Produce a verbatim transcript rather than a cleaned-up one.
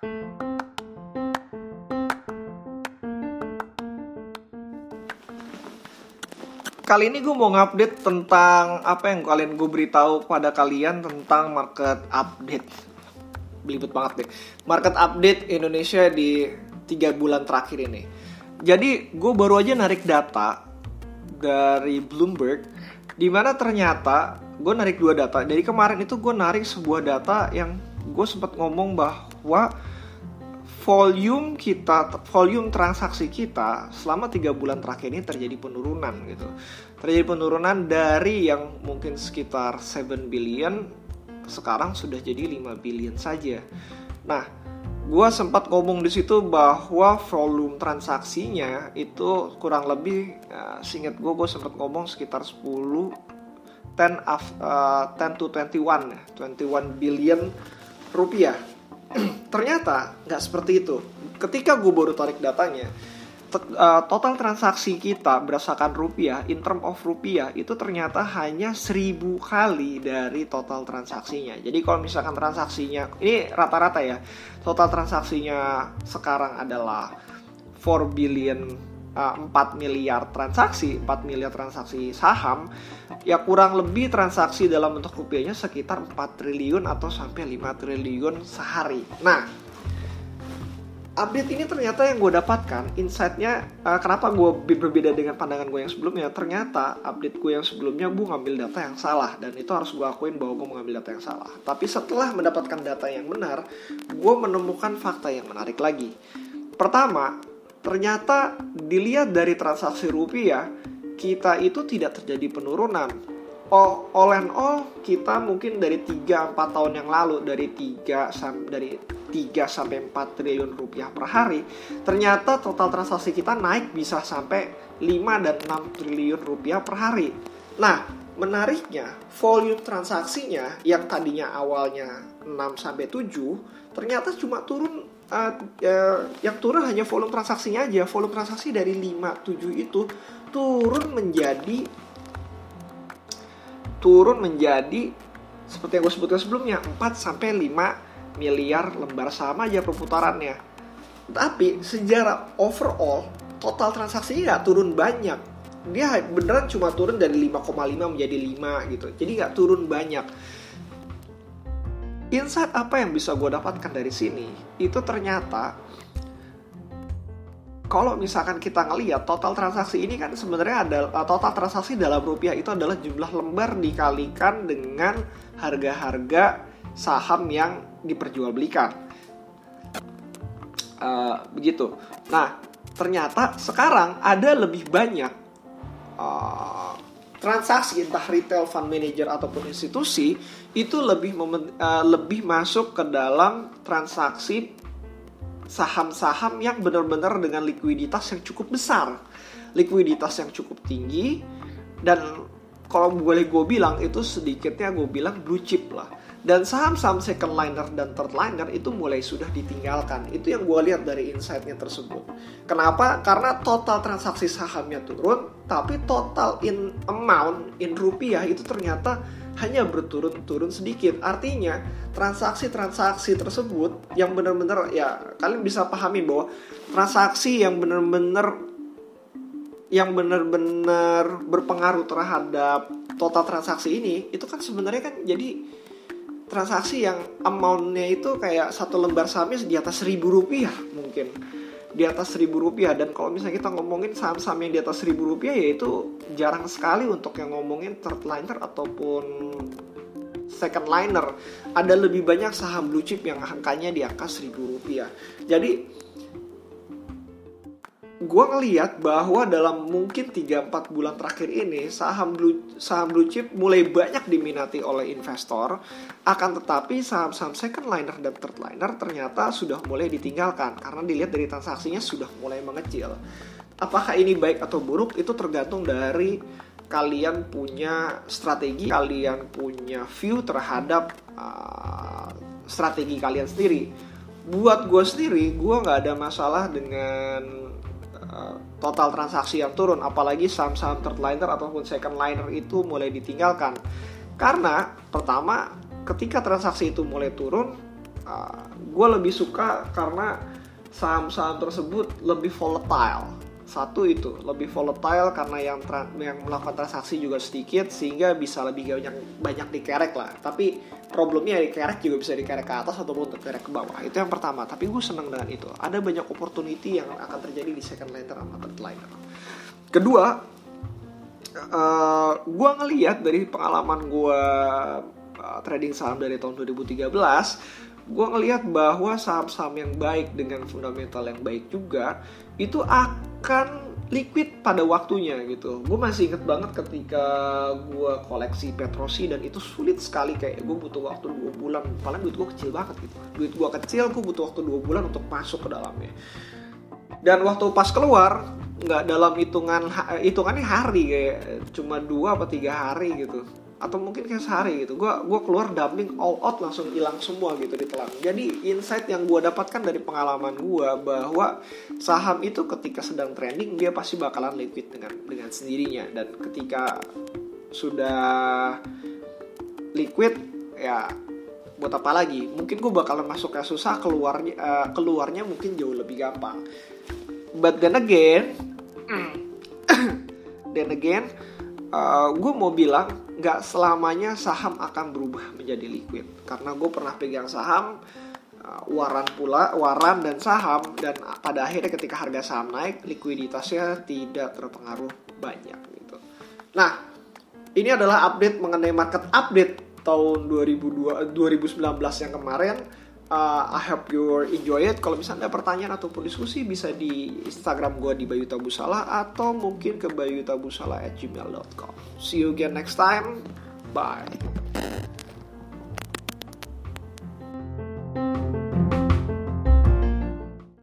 Kali ini gue mau ngupdate tentang apa yang kalian gue beritahu pada kalian tentang market update. Belibet banget deh. Market update Indonesia di tiga bulan terakhir ini. Jadi gue baru aja narik data dari Bloomberg, dimana ternyata gue narik dua data. Dari kemarin itu gue narik sebuah data yang gue sempat ngomong bahwa volume kita, volume transaksi kita selama tiga bulan terakhir ini terjadi penurunan gitu. Terjadi penurunan dari yang mungkin sekitar tujuh billion, sekarang sudah jadi lima billion saja. Nah, gue sempat ngomong di situ bahwa volume transaksinya itu kurang lebih, ya, seingat gue, gue sempat ngomong sekitar sepuluh, sepuluh to dua puluh satu ya, dua puluh satu billion rupiah. Ternyata nggak seperti itu. Ketika gue baru tarik datanya, t- uh, total transaksi kita berdasarkan rupiah, in term of rupiah, itu ternyata hanya seribu kali dari total transaksinya. Jadi kalau misalkan transaksinya, ini rata-rata ya, total transaksinya sekarang adalah empat billion, uh, empat miliar transaksi, empat miliar transaksi saham, ya kurang lebih transaksi dalam bentuk rupiahnya sekitar empat triliun atau sampai lima triliun sehari. Nah, update ini ternyata yang gue dapatkan, insight-nya, uh, kenapa gue berbeda dengan pandangan gue yang sebelumnya. Ternyata update gue yang sebelumnya gue ngambil data yang salah, dan itu harus gue akuin bahwa gue mengambil data yang salah. Tapi setelah mendapatkan data yang benar, gue menemukan fakta yang menarik lagi. Pertama, ternyata dilihat dari transaksi rupiah, kita itu tidak terjadi penurunan. All, all and all, kita mungkin dari tiga sampai empat tahun yang lalu, dari tiga, dari tiga sampai empat triliun rupiah per hari, ternyata total transaksi kita naik bisa sampai lima dan enam triliun rupiah per hari. Nah, menariknya, volume transaksinya yang tadinya awalnya enam sampai tujuh, ternyata cuma turun, uh, uh, yang turun hanya volume transaksinya aja. Volume transaksi dari lima tujuh itu turun menjadi turun menjadi seperti yang gue sebutkan sebelumnya, empat sampai lima miliar lembar saham aja perputarannya. Tapi secara overall total transaksinya nggak turun banyak. Dia beneran cuma turun dari lima koma lima menjadi lima gitu. Jadi nggak turun banyak. Insight apa yang bisa gue dapatkan dari sini? Itu ternyata kalau misalkan kita ngelihat total transaksi ini kan sebenarnya ada, total transaksi dalam rupiah itu adalah jumlah lembar dikalikan dengan harga-harga saham yang diperjualbelikan. Uh, begitu. Nah, ternyata sekarang ada lebih banyak uh, transaksi, entah retail fund manager ataupun institusi, itu lebih mem- uh, lebih masuk ke dalam transaksi saham-saham yang benar-benar dengan likuiditas yang cukup besar, likuiditas yang cukup tinggi, dan kalau boleh gue bilang itu sedikitnya gue bilang blue chip lah. Dan saham-saham second liner dan third liner itu mulai sudah ditinggalkan. Itu yang gue lihat dari insight-nya tersebut. Kenapa? Karena total transaksi sahamnya turun, tapi total in amount, in rupiah itu ternyata hanya berturun-turun sedikit. Artinya transaksi-transaksi tersebut yang benar-benar, ya kalian bisa pahami bahwa transaksi yang benar-benar yang benar-benar berpengaruh terhadap total transaksi ini, itu kan sebenarnya kan jadi transaksi yang amount-nya itu kayak satu lembar sahamnya di atas seribu rupiah mungkin. Di atas seribu rupiah. Dan kalau misalnya kita ngomongin saham-saham yang di atas seribu rupiah, ya itu jarang sekali untuk yang ngomongin third liner ataupun second liner. Ada lebih banyak saham blue chip yang angkanya di angka seribu rupiah. Jadi gue ngelihat bahwa dalam mungkin tiga sampai empat bulan terakhir ini saham blue, saham blue chip mulai banyak diminati oleh investor. Akan tetapi saham-saham second liner dan third liner ternyata sudah mulai ditinggalkan karena dilihat dari transaksinya sudah mulai mengecil. Apakah ini baik atau buruk itu tergantung dari kalian punya strategi, kalian punya view terhadap uh, strategi kalian sendiri. Buat gue sendiri, gue gak ada masalah dengan total transaksi yang turun, apalagi saham-saham third liner ataupun second liner itu mulai ditinggalkan. Karena pertama, ketika transaksi itu mulai turun, uh, gue lebih suka karena saham-saham tersebut lebih volatile. Satu itu lebih volatile karena yang tra- yang melakukan transaksi juga sedikit sehingga bisa lebih banyak banyak dikerek lah. Tapi problemnya dikerek juga bisa dikerek ke atas ataupun dikerek ke bawah. Itu yang pertama. Tapi gue senang dengan itu. Ada banyak opportunity yang akan terjadi di second liner sama third liner. Kedua, uh, gue ngelihat dari pengalaman gue uh, trading saham dari tahun dua ribu tiga belas, gue ngelihat bahwa saham-saham yang baik dengan fundamental yang baik juga itu akan liquid pada waktunya gitu. Gue masih inget banget ketika gue koleksi Petrosi dan itu sulit sekali, kayak gue butuh waktu dua bulan. Paling duit gue kecil banget gitu. Duit gue kecil, gue butuh waktu dua bulan untuk masuk ke dalamnya. Dan waktu pas keluar, nggak dalam hitungan hitungannya hari, kayak cuma dua atau tiga hari gitu. Atau mungkin kayak sehari gitu, gue gue keluar dumping all out, langsung hilang semua gitu ditelan. Jadi insight yang gue dapatkan dari pengalaman gue bahwa saham itu ketika sedang trending dia pasti bakalan liquid dengan dengan sendirinya, dan ketika sudah liquid ya buat apa lagi? Mungkin gue bakalan masuknya susah, keluarnya uh, keluarnya mungkin jauh lebih gampang. But then again, then again, uh, gue mau bilang nggak selamanya saham akan berubah menjadi liquid, karena gue pernah pegang saham uh, waran pula waran dan saham, dan pada akhirnya ketika harga saham naik likuiditasnya tidak terpengaruh banyak gitu. Nah, ini adalah update mengenai market update tahun dua ribu dua, dua ribu sembilan belas yang kemarin. uh, I hope you enjoy it. Kalau misalnya ada pertanyaan ataupun diskusi bisa di Instagram gue di Bayu Tabusala atau mungkin ke bayutabusala at gmail dot com. See you again next time. Bye.